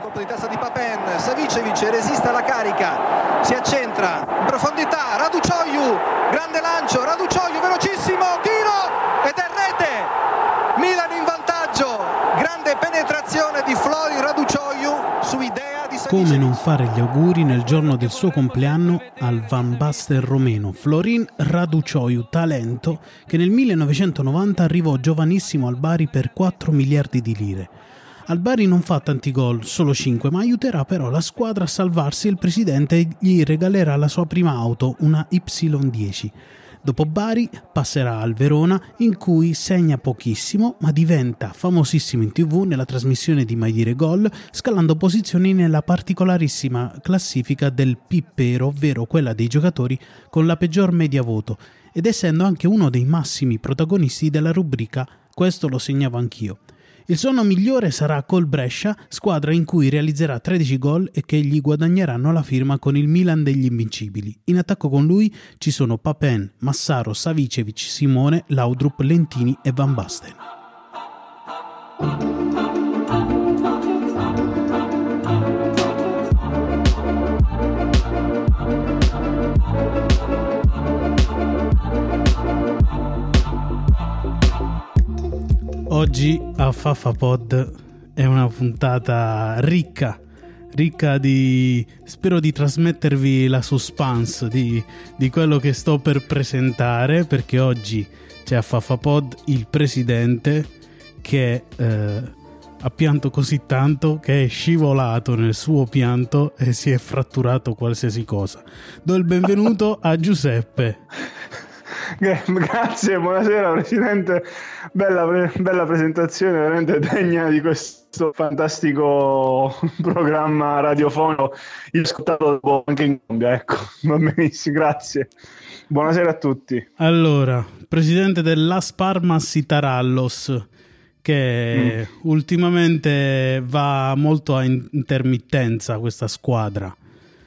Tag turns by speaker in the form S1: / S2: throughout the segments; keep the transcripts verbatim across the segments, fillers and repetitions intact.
S1: colpo di testa di Papen, Savicevic resiste alla carica, si accentra in profondità, Raducioiu, grande lancio, Raducioiu velocissimo, tiro ed è rete, Milan in vantaggio, grande penetrazione di Florin Raducioiu su idea di Savicevic.
S2: Come non fare gli auguri nel giorno del suo compleanno al Van Basten romeno Florin Raducioiu, talento che nel millenovecentonovanta arrivò giovanissimo al Bari per quattro miliardi di lire. Al Bari non fa tanti gol, solo cinque, ma aiuterà però la squadra a salvarsi e il presidente gli regalerà la sua prima auto, una Y dieci. Dopo Bari passerà al Verona, in cui segna pochissimo, ma diventa famosissimo in tivù nella trasmissione di Mai Dire Gol, scalando posizioni nella particolarissima classifica del Pippero, ovvero quella dei giocatori con la peggior media voto, ed essendo anche uno dei massimi protagonisti della rubrica Questo lo segnavo anch'io. Il suo anno migliore sarà col Brescia, squadra in cui realizzerà tredici gol e che gli guadagneranno la firma con il Milan degli Invincibili. In attacco con lui ci sono Papen, Massaro, Savicevic, Simone, Laudrup, Lentini e Van Basten. Oggi a FafaPod è una puntata ricca, ricca di... spero di trasmettervi la suspense di, di quello che sto per presentare, perché oggi c'è a FafaPod il presidente che eh, ha pianto così tanto che è scivolato nel suo pianto e si è fratturato qualsiasi cosa. Do il benvenuto a Giuseppe.
S3: Grazie, buonasera Presidente, bella, pre- bella presentazione, veramente degna di questo fantastico programma radiofonico. Io ho ascoltato dopo anche in combia, ecco, va benissimo, grazie. Buonasera a tutti.
S2: Allora, Presidente dell'As Parmas Tarallos, che mm. ultimamente va molto a intermittenza questa squadra.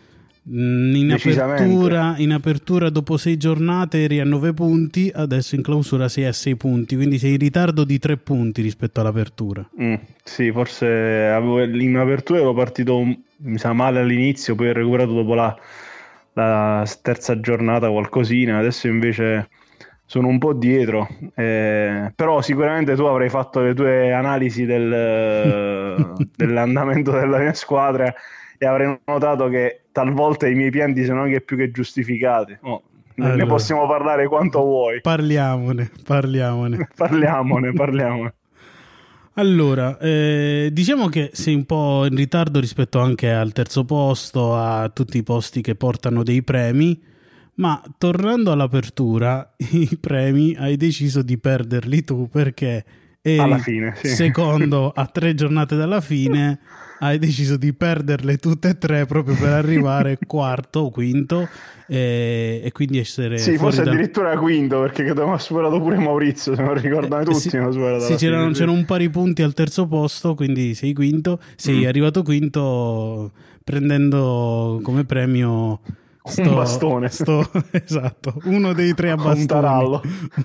S2: In apertura, in apertura dopo sei giornate eri a nove punti, adesso in clausura sei a sei punti, quindi sei in ritardo di tre punti rispetto all'apertura.
S3: Mm, sì, forse avevo, in apertura ero partito mi sa male all'inizio, poi ho recuperato dopo la, la terza giornata qualcosina, adesso invece sono un po' dietro, eh, però sicuramente tu avrai fatto le tue analisi del, dell'andamento della mia squadra e avrei notato che talvolta i miei pianti sono anche più che giustificati. Oh, allora, ne possiamo parlare quanto vuoi.
S2: Parliamone, parliamone.
S3: parliamone, parliamone.
S2: Allora, eh, diciamo che sei un po' in ritardo rispetto anche al terzo posto, a tutti i posti che portano dei premi, ma tornando all'apertura, i premi hai deciso di perderli tu perché eri
S3: alla fine, sì.
S2: secondo a tre giornate dalla fine. Hai deciso di perderle tutte e tre proprio per arrivare quarto o quinto e, e quindi essere
S3: sì, forse
S2: da...
S3: addirittura quinto, perché credo che ha superato pure Maurizio, se non ricordano tutti.
S2: Sì,
S3: superato
S2: sì c'erano, c'erano un pari punti al terzo posto, quindi sei quinto, sei mm. arrivato quinto prendendo come premio sto,
S3: un bastone.
S2: Sto, esatto, uno dei tre a bastoni.
S3: Un tarallo.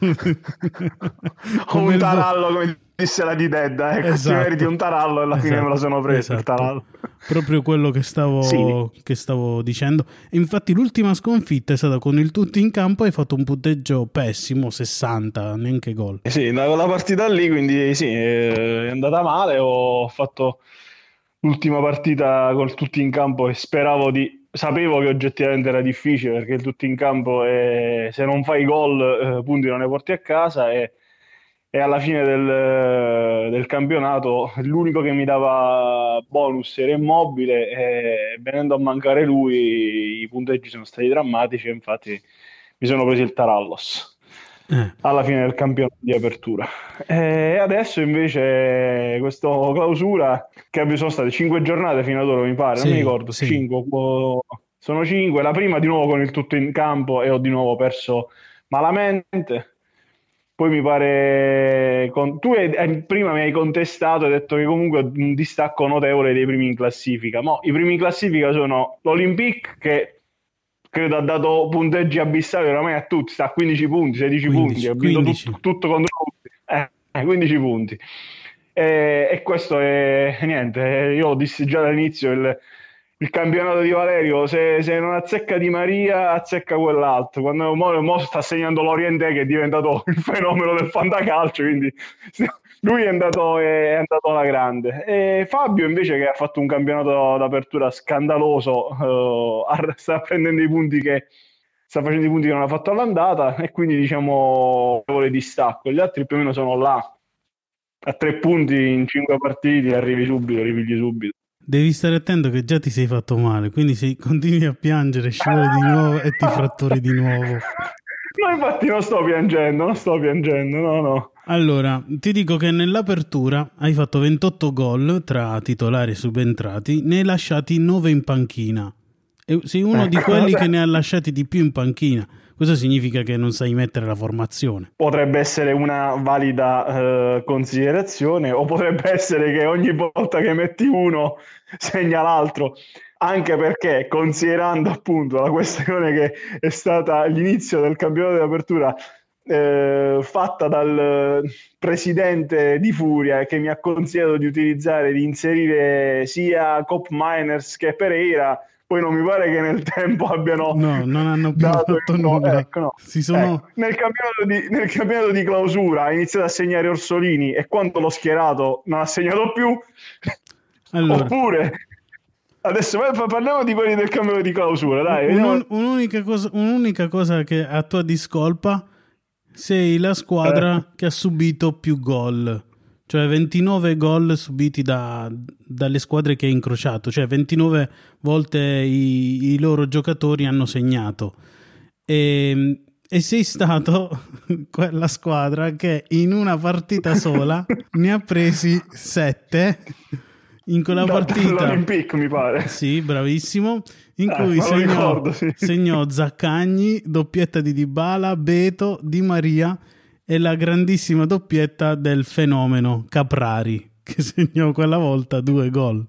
S2: come
S3: un tarallo, come disse la di Dedda, ecco,
S2: esatto.
S3: Ti meriti un tarallo e alla
S2: esatto.
S3: fine me lo sono preso,
S2: esatto.
S3: il tarallo.
S2: Proprio quello che stavo, sì. che stavo dicendo. E infatti l'ultima sconfitta è stata con il tutti in campo, hai fatto un punteggio pessimo, sessanta, neanche gol.
S3: Eh sì, da quella partita lì, quindi sì, è andata male, ho fatto l'ultima partita col tutti in campo e speravo di... Sapevo che oggettivamente era difficile perché il tutti in campo è... se non fai gol eh, punti non ne porti a casa e, e alla fine del, del campionato l'unico che mi dava bonus era Immobile e venendo a mancare lui i punteggi sono stati drammatici e infatti mi sono preso il Tarallos eh. alla fine del campionato di apertura. E adesso invece questa clausura che sono state cinque giornate fino ad ora, mi pare, sì, non mi ricordo, sì. cinque, sono cinque, la prima di nuovo con il tutto in campo e ho di nuovo perso malamente, poi mi pare con... tu hai, prima mi hai contestato e hai detto che comunque un distacco notevole dei primi in classifica, ma i primi in classifica sono l'Olympique che credo ha dato punteggi abissali oramai a tutti, sta a quindici punti, sedici
S2: quindici,
S3: punti, ha vinto tutto, tutto contro tutti, eh, quindici punti. E, e questo è niente, io lo dissi già dall'inizio, il, il campionato di Valerio, se, se non azzecca Di Maria, azzecca quell'altro. Quando mo, mo sta segnando l'Oriente, che è diventato il fenomeno del fantacalcio, quindi lui è andato, è andato alla grande. E Fabio invece, che ha fatto un campionato d'apertura scandaloso, uh, sta prendendo i punti che sta facendo i punti che non ha fatto all'andata, e quindi diciamo vuole distacco. Gli altri più o meno sono là, a tre punti in cinque partite, arrivi subito, ripigli subito.
S2: Devi stare attento che già ti sei fatto male, quindi se continui a piangere scivoli di nuovo e ti fratturi di nuovo.
S3: No, infatti non sto piangendo, non sto piangendo, no, no.
S2: Allora, ti dico che nell'apertura hai fatto ventotto gol tra titolari e subentrati, ne hai lasciati nove in panchina. E sei uno di quelli che ne ha lasciati di più in panchina. Questo significa che non sai mettere la formazione.
S3: Potrebbe essere una valida eh, considerazione, o potrebbe essere che ogni volta che metti uno segna l'altro, anche perché, considerando appunto la questione che è stata l'inizio del campionato di apertura eh, fatta dal presidente di Furia, che mi ha consigliato di utilizzare, di inserire sia Cop Miners che Pereira, poi non mi pare che nel tempo abbiano
S2: no, non hanno più
S3: dato
S2: fatto
S3: il no.
S2: nulla.
S3: Ecco, no.
S2: Si sono...
S3: ecco, nel, campionato di, nel campionato di clausura ha iniziato a segnare Orsolini, e quando l'ho schierato non ha segnato più. Allora. Oppure adesso parliamo di quelli del campionato di clausura, dai.
S2: Un, un'unica, cosa, un'unica cosa che a tua discolpa, sei la squadra eh. che ha subito più gol. Cioè ventinove gol subiti da, dalle squadre che hai incrociato, cioè ventinove volte i, i loro giocatori hanno segnato. E, e sei stato quella squadra che in una partita sola ne ha presi sette in quella
S3: da,
S2: partita.
S3: L'Olympique, mi pare.
S2: Sì, bravissimo. In
S3: eh,
S2: cui segnò,
S3: ricordo, sì.
S2: segnò Zaccagni, doppietta di Dybala, Beto, Di Maria e la grandissima doppietta del fenomeno Caprari, che segnò quella volta due gol.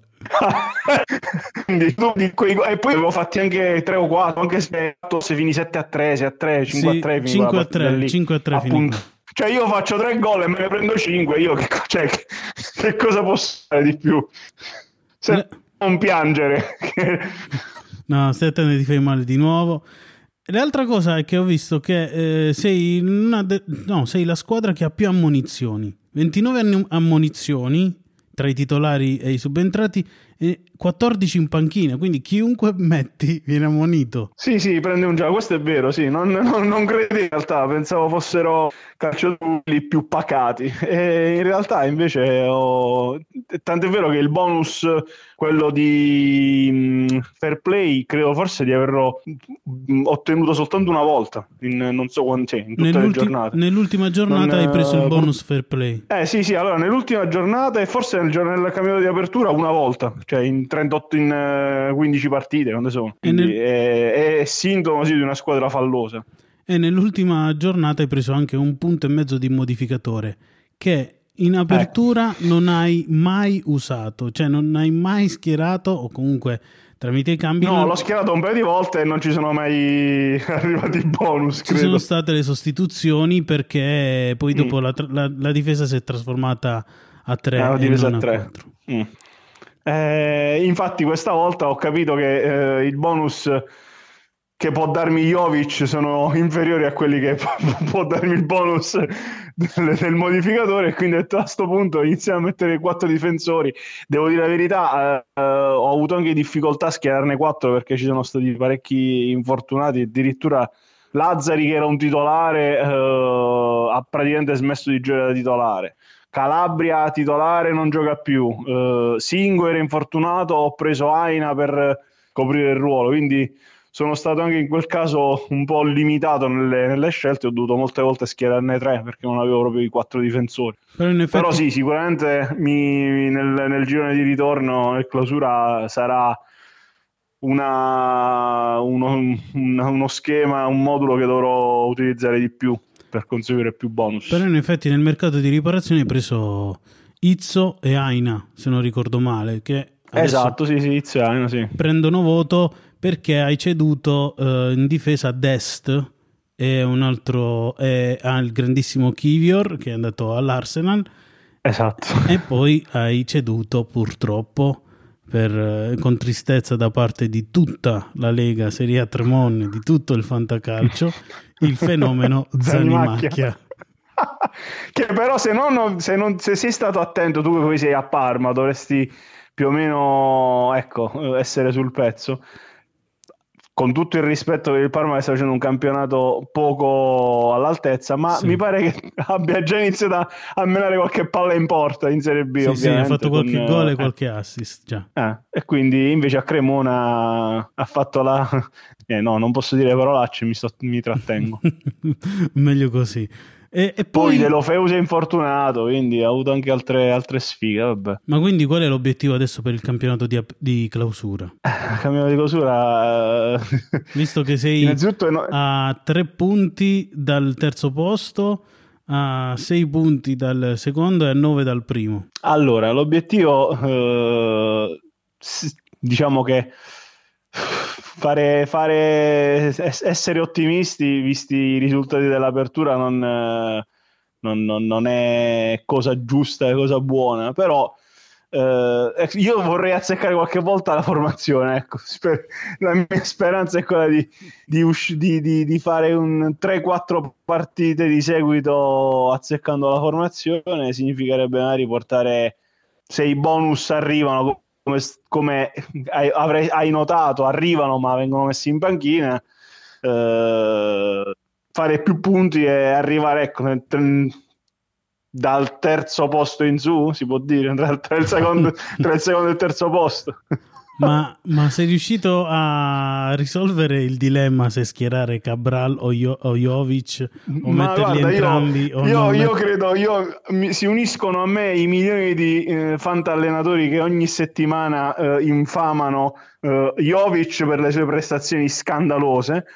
S3: Quindi, e poi avevo fatti anche tre o quattro, anche se, se finì sette a tre, sei a tre, cinque a tre,
S2: sì, cinque a tre, cinque a tre
S3: appunto. Cioè io faccio tre gol e me ne prendo cinque, io che, cioè, che, che cosa posso fare di più? Se Le... non piangere.
S2: No, stai attento, ti fai male di nuovo. L'altra cosa è che ho visto che eh, sei, una de- no, sei la squadra che ha più ammonizioni. ventinove ammonizioni tra i titolari e i subentrati e quattordici in panchina, quindi chiunque metti viene ammonito.
S3: Sì, sì, prende un gioco, questo è vero, sì, non, non, non credo in realtà, pensavo fossero calciatori più pacati, e in realtà invece ho... tant'è vero che il bonus, quello di mh, fair play, credo forse di averlo ottenuto soltanto una volta, in non so quante, cioè, in tutte
S2: Nell'ulti-
S3: le giornate.
S2: Nell'ultima giornata non, hai preso il bonus uh, fair play?
S3: Eh sì, sì, allora nell'ultima giornata e forse nel, nel campionato di apertura una volta, cioè in trentotto, in uh, quindici partite, quante sono? Quindi nel... è, è sintomo sì, di una squadra fallosa.
S2: E nell'ultima giornata hai preso anche un punto e mezzo di modificatore, che in apertura ecco. non hai mai usato, cioè non hai mai schierato, o comunque tramite i cambi...
S3: No,
S2: non...
S3: l'ho schierato un paio di volte e non ci sono mai arrivati i bonus,
S2: ci
S3: credo.
S2: sono state le sostituzioni perché poi dopo mm. la, la, la difesa si è trasformata a tre
S3: ah,
S2: e non a
S3: tre.
S2: quattro.
S3: Mm. Eh, infatti questa volta ho capito che eh, il bonus che può darmi Jovic sono inferiori a quelli che può darmi il bonus del, del modificatore, e quindi a questo punto iniziamo a mettere quattro difensori. Devo dire la verità, eh, ho avuto anche difficoltà a schierarne quattro perché ci sono stati parecchi infortunati, addirittura Lazzari, che era un titolare, eh, ha praticamente smesso di giocare da titolare. Calabria titolare non gioca più, uh, Singo era infortunato, ho preso Aina per coprire il ruolo, quindi sono stato anche in quel caso un po' limitato nelle, nelle scelte, ho dovuto molte volte schierarne tre perché non avevo proprio i quattro difensori. Però, in effetti... Però sì, sicuramente mi, nel, nel girone di ritorno nel clausura sarà una, uno, una, uno schema, un modulo che dovrò utilizzare di più per conseguire più bonus.
S2: Però in effetti nel mercato di riparazione hai preso Izzo e Aina, se non ricordo male, che
S3: esatto, sì, sì, Izzo e Aina, sì.
S2: Prendono voto perché hai ceduto uh, in difesa Dest e un altro è, ha il grandissimo Kivior che è andato all'Arsenal,
S3: Esatto.
S2: E poi hai ceduto purtroppo per, con tristezza da parte di tutta la Lega Serie A Tremon, di tutto il fantacalcio, il fenomeno Zanimacchia.
S3: Che però se, non, se, non, se sei stato attento tu che poi sei a Parma dovresti più o meno, ecco, essere sul pezzo. Con tutto il rispetto per il Parma che sta facendo un campionato poco all'altezza, ma sì, mi pare che abbia già iniziato a, a menare qualche palla in porta in Serie B.
S2: Sì, sì, ha fatto qualche
S3: con,
S2: gol e
S3: eh,
S2: qualche assist già.
S3: Eh, e quindi invece a Cremona ha fatto la... Eh, no, non posso dire parolacce, mi, sto, mi trattengo.
S2: Meglio così. E, e
S3: poi
S2: poi
S3: De Lofeu si è infortunato, quindi ha avuto anche altre, altre sfighe, vabbè.
S2: Ma quindi qual è l'obiettivo adesso per il campionato di, di clausura?
S3: Il campionato di clausura...
S2: Visto che sei no... a tre punti dal terzo posto, a sei punti dal secondo e a nove dal primo.
S3: Allora, l'obiettivo, eh, diciamo che fare, fare essere ottimisti, visti i risultati dell'apertura, non, non, non, non è cosa giusta, è cosa buona, però eh, io vorrei azzeccare qualche volta la formazione, ecco. Sper- la mia speranza è quella di, di, usci- di, di, di fare un tre quattro partite di seguito azzeccando la formazione. Significherebbe magari portare, se i bonus arrivano come, come hai, avrei, hai notato, arrivano ma vengono messi in panchina, eh, fare più punti e arrivare, ecco, nel, dal terzo posto in su, si può dire, tra, tra, il, secondo, tra il secondo e il terzo posto.
S2: Ma, ma sei riuscito a risolvere il dilemma se schierare Cabral o, Io, o Jovic o ma metterli guarda, entrambi?
S3: Io,
S2: o
S3: io,
S2: non
S3: io
S2: met...
S3: credo, io, mi, si uniscono a me i milioni di eh, fantallenatori che ogni settimana eh, infamano eh, Jovic per le sue prestazioni scandalose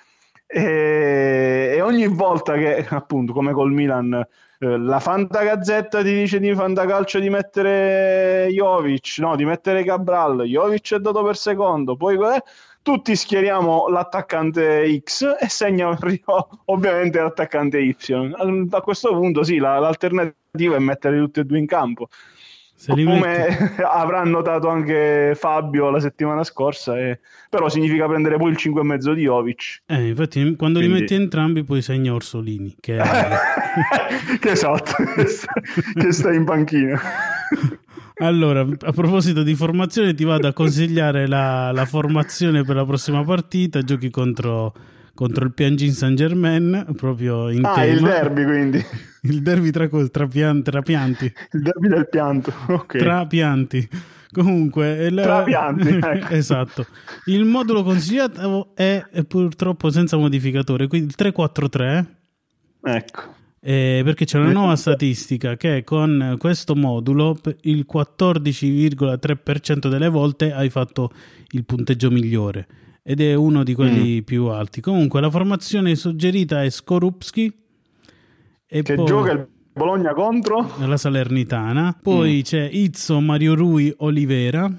S3: e, e ogni volta che, appunto, come col Milan, la Fantagazzetta ti dice di Fantacalcio di mettere Jovic, no, di mettere Cabral, Jovic è dato per secondo, poi eh, tutti schieriamo l'attaccante X e segna ovviamente l'attaccante Y. A questo punto sì, la, l'alternativa è mettere tutti e due in campo. Se come avrà notato anche Fabio la settimana scorsa, eh, però significa prendere poi il cinque e mezzo di Jovic.
S2: Eh, infatti quando Quindi... li metti entrambi poi segna Orsolini che, è...
S3: che esatto, che sta, che sta in panchina.
S2: Allora, a proposito di formazione, ti vado a consigliare la, la formazione per la prossima partita. Giochi contro, contro il Tianjin Saint-Germain, proprio in
S3: ah,
S2: tema.
S3: Il derby, quindi.
S2: Il derby tra, tra, pian, tra pianti.
S3: Il derby del pianto, ok.
S2: Tra pianti. Comunque, la...
S3: tra pianti, ecco.
S2: Esatto. Il modulo consigliato è, è purtroppo senza modificatore, quindi il tre quattro tre.
S3: Ecco.
S2: Eh, perché c'è una nuova statistica che con questo modulo il quattordici virgola tre per cento delle volte hai fatto il punteggio migliore ed è uno di quelli mm. più alti. Comunque la formazione suggerita è Skorupski e
S3: che
S2: poi
S3: gioca il Bologna contro
S2: la Salernitana, poi mm. c'è Izzo, Mario Rui, Olivera,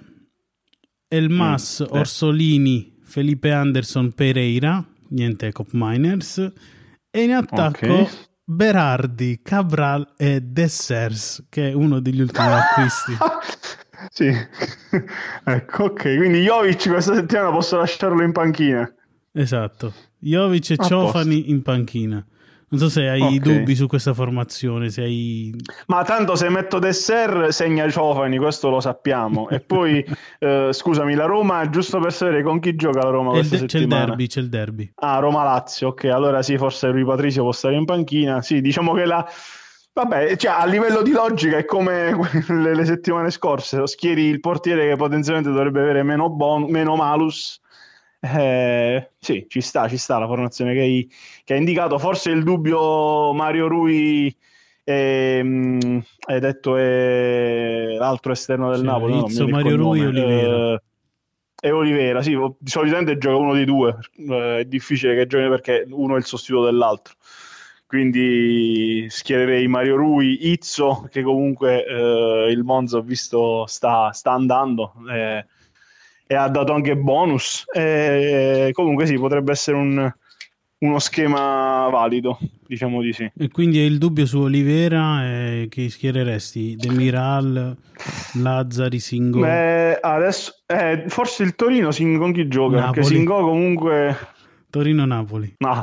S2: Elmas, mm. Orsolini, Felipe Anderson, Pereira, niente Cop Miners, e in attacco okay. Berardi, Cabral e Dessers, che è uno degli ultimi acquisti.
S3: Sì, ecco, ok, quindi Jovic questa settimana posso lasciarlo in panchina.
S2: Esatto, Jovic e a Ciofani posto. In panchina. Non so se hai okay. dubbi su questa formazione, se hai...
S3: Ma tanto se metto Desser segna Ciofani, questo lo sappiamo. E poi, eh, scusami, la Roma, giusto per sapere con chi gioca la Roma questa
S2: de-
S3: settimana?
S2: C'è il derby, c'è il derby.
S3: Ah, Roma-Lazio, ok, allora sì, forse Rui Patricio può stare in panchina. Sì, diciamo che la... Vabbè, cioè, a livello di logica è come le, le settimane scorse, schieri il portiere che potenzialmente dovrebbe avere meno, bon- meno malus. Eh, sì, ci sta, ci sta la formazione che hai, che hai indicato. Forse il dubbio Mario Rui è, mh, hai detto è l'altro esterno del
S2: cioè,
S3: Napoli, no?
S2: Izzo, Mario Rui e Olivera.
S3: Eh, e Olivera, sì, solitamente gioca uno dei due, eh, è difficile che giochi perché uno è il sostituto dell'altro. Quindi schiererei Mario Rui, Izzo, che comunque eh, il Monza ho visto sta, sta andando eh, e ha dato anche bonus. E comunque sì, potrebbe essere un, uno schema valido, diciamo di sì.
S2: E quindi hai il dubbio su Olivera, eh, che schiereresti? Demiral, Lazzari, Singo?
S3: Beh, adesso eh, forse il Torino Singo, con chi gioca?
S2: Napoli.
S3: Perché Singo comunque
S2: Torino-Napoli.
S3: no.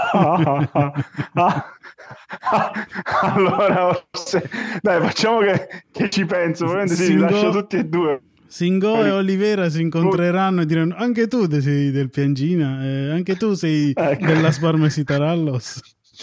S3: Allora forse dai, facciamo che, che ci penso, probabilmente sì, li
S2: Singo-
S3: lascio tutti e due.
S2: Singo e Olivera si incontreranno e diranno: anche tu sei del Piangina, eh, anche tu sei
S3: Ecco.
S2: della Sparmesi Tarallos.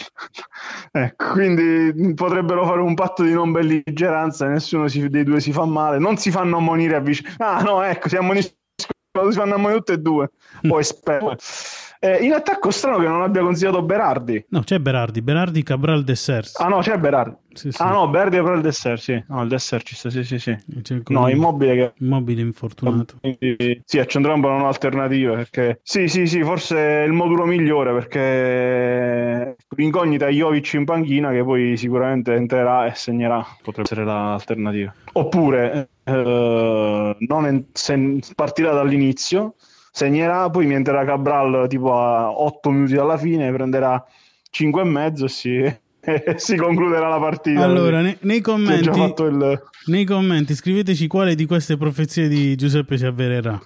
S3: Ecco, quindi potrebbero fare un patto di non belligeranza e nessuno si- dei due si fa male, non si fanno ammonire a vicenda. Ah no, ecco, si ammoniscono, si fanno ammonire tutte e due. Poi spero. Eh, in attacco strano che non abbia consigliato Berardi.
S2: No, c'è Berardi, Berardi, Cabral, Dessers.
S3: Ah no, c'è Berardi.
S2: Sì, sì.
S3: Ah no, Berardi e il Dessert, sì. No, il Dessert ci sta, sì, sì, sì.
S2: C'è
S3: No, Immobile che...
S2: Immobile infortunato.
S3: Quindi, sì, a centrocampo non ho alternative perché sì, sì, sì, forse è il modulo migliore perché l'incognita è Jovic in panchina che poi sicuramente entrerà e segnerà, potrebbe essere l'alternativa. Oppure eh, non en- se- partirà dall'inizio, segnerà, poi mi entrerà Cabral tipo a otto minuti dalla fine, prenderà cinque e mezzo e si, e si concluderà la partita.
S2: Allora, ne- nei
S3: Si è già
S2: commenti,
S3: fatto il...
S2: nei commenti scriveteci quale di queste profezie di Giuseppe si avvererà.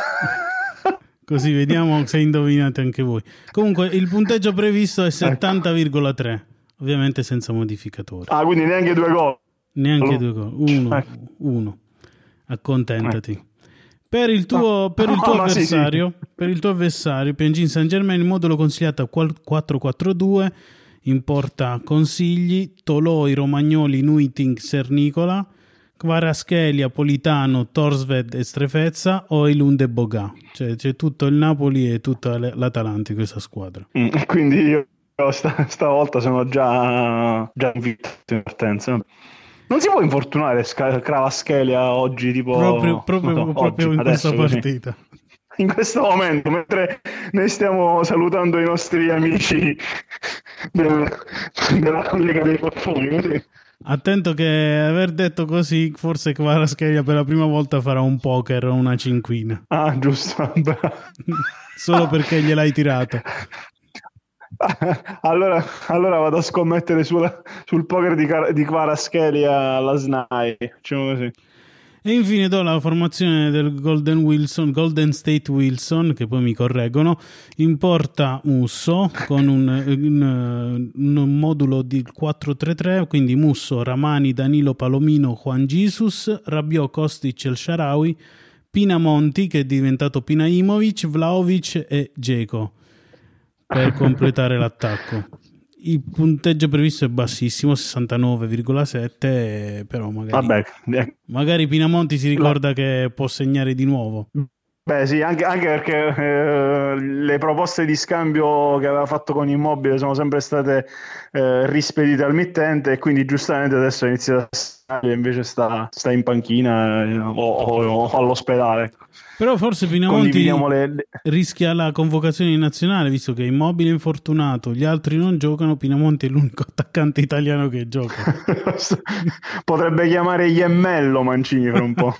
S2: Così vediamo se indovinate anche voi. Comunque il punteggio previsto è settanta virgola tre, ovviamente senza modificatori.
S3: Ah, quindi neanche due gol.
S2: Neanche
S3: Allora.
S2: due gol. Uno,
S3: Ecco.
S2: uno. Accontentati. Per il tuo, per il
S3: Ah,
S2: tuo
S3: ma sì,
S2: avversario,
S3: sì.
S2: per il tuo avversario, P S G Saint-Germain, il modulo consigliato è quattro quattro due, in porta consigli, Toloi, Romagnoli, Nuiting, Sernicola, Kvaratskhelia, Politano, Torsved e Strefezza o Ilunde Boga. Cioè c'è tutto il Napoli e tutta l'Atalanta in questa squadra.
S3: Mm, quindi io sta, stavolta sono già, già invitato in partenza. Non si può infortunare Kvaratskhelia oggi, tipo
S2: Proprio, proprio,
S3: no,
S2: proprio
S3: oggi,
S2: in questa
S3: adesso, così.
S2: partita.
S3: In questo momento, mentre noi stiamo salutando i nostri amici del, della Lega dei Fortuni, così.
S2: Attento che aver detto così, forse Kvaratskhelia per la prima volta farà un poker o una cinquina.
S3: Ah, giusto.
S2: Solo perché gliel'hai tirato.
S3: Allora, allora vado a scommettere sulla, sul poker di, di Kvaratskhelia alla S N A I. Facciamo così.
S2: E infine do la formazione del Golden Wilson, Golden State Wilson, che poi mi correggono. In porta Musso con un, un, un modulo di quattro tre tre, quindi Musso, Ramani, Danilo, Palomino, Juan Jesus, Rabiot, Kostic, El Shaarawy, Pinamonti che è diventato Pinaimovic, Vlahovic e Dzeko per completare l'attacco. Il punteggio previsto è bassissimo, sessantanove virgola sette, però magari,
S3: Vabbè,
S2: magari Pinamonti si ricorda che può segnare di nuovo.
S3: Beh sì, anche, anche perché eh, le proposte di scambio che aveva fatto con Immobile sono sempre state eh, rispedite al mittente e quindi giustamente adesso inizia a stare, invece sta, sta in panchina eh, o, o, o all'ospedale.
S2: Però forse Pinamonti
S3: le...
S2: rischia la convocazione in nazionale, visto che Immobile è infortunato, gli altri non giocano, Pinamonti è l'unico attaccante italiano che gioca.
S3: Potrebbe chiamare Iemmello Mancini per un po'.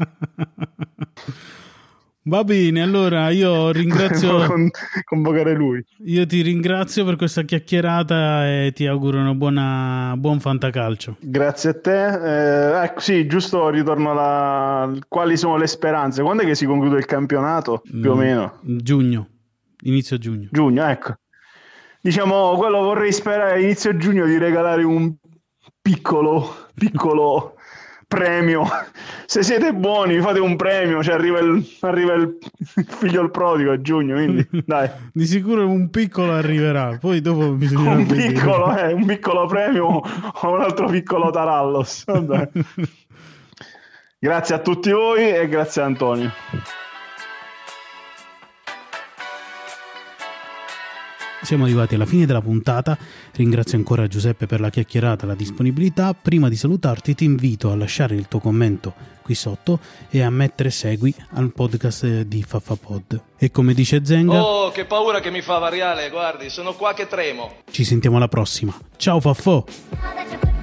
S2: Va bene, allora io ringrazio
S3: Con, convocare lui.
S2: Io ti ringrazio per questa chiacchierata e ti auguro una buona buon fantacalcio.
S3: Grazie a te. Eh, ecco, sì, giusto ritorno alla quali sono le speranze. Quando è che si conclude il campionato? Più mm, o meno
S2: giugno, inizio giugno.
S3: Giugno, ecco. Diciamo, quello vorrei sperare inizio giugno di regalare un piccolo piccolo premio. Se siete buoni fate un premio, cioè arriva il, arriva il figlio il prodigo a giugno, quindi dai.
S2: Di sicuro un piccolo arriverà, poi dopo bisogna
S3: un piccolo, eh, un piccolo premio o un altro piccolo Tarallos. Vabbè. Grazie a tutti voi e grazie a Antonio.
S2: Siamo arrivati alla fine della puntata, ringrazio ancora Giuseppe per la chiacchierata e la disponibilità. Prima di salutarti ti invito a lasciare il tuo commento qui sotto e a mettere segui al podcast di FaffaPod. E come dice Zenga...
S4: Oh, che paura che mi fa Variale, guardi, sono qua che tremo.
S2: Ci sentiamo alla prossima. Ciao Faffò!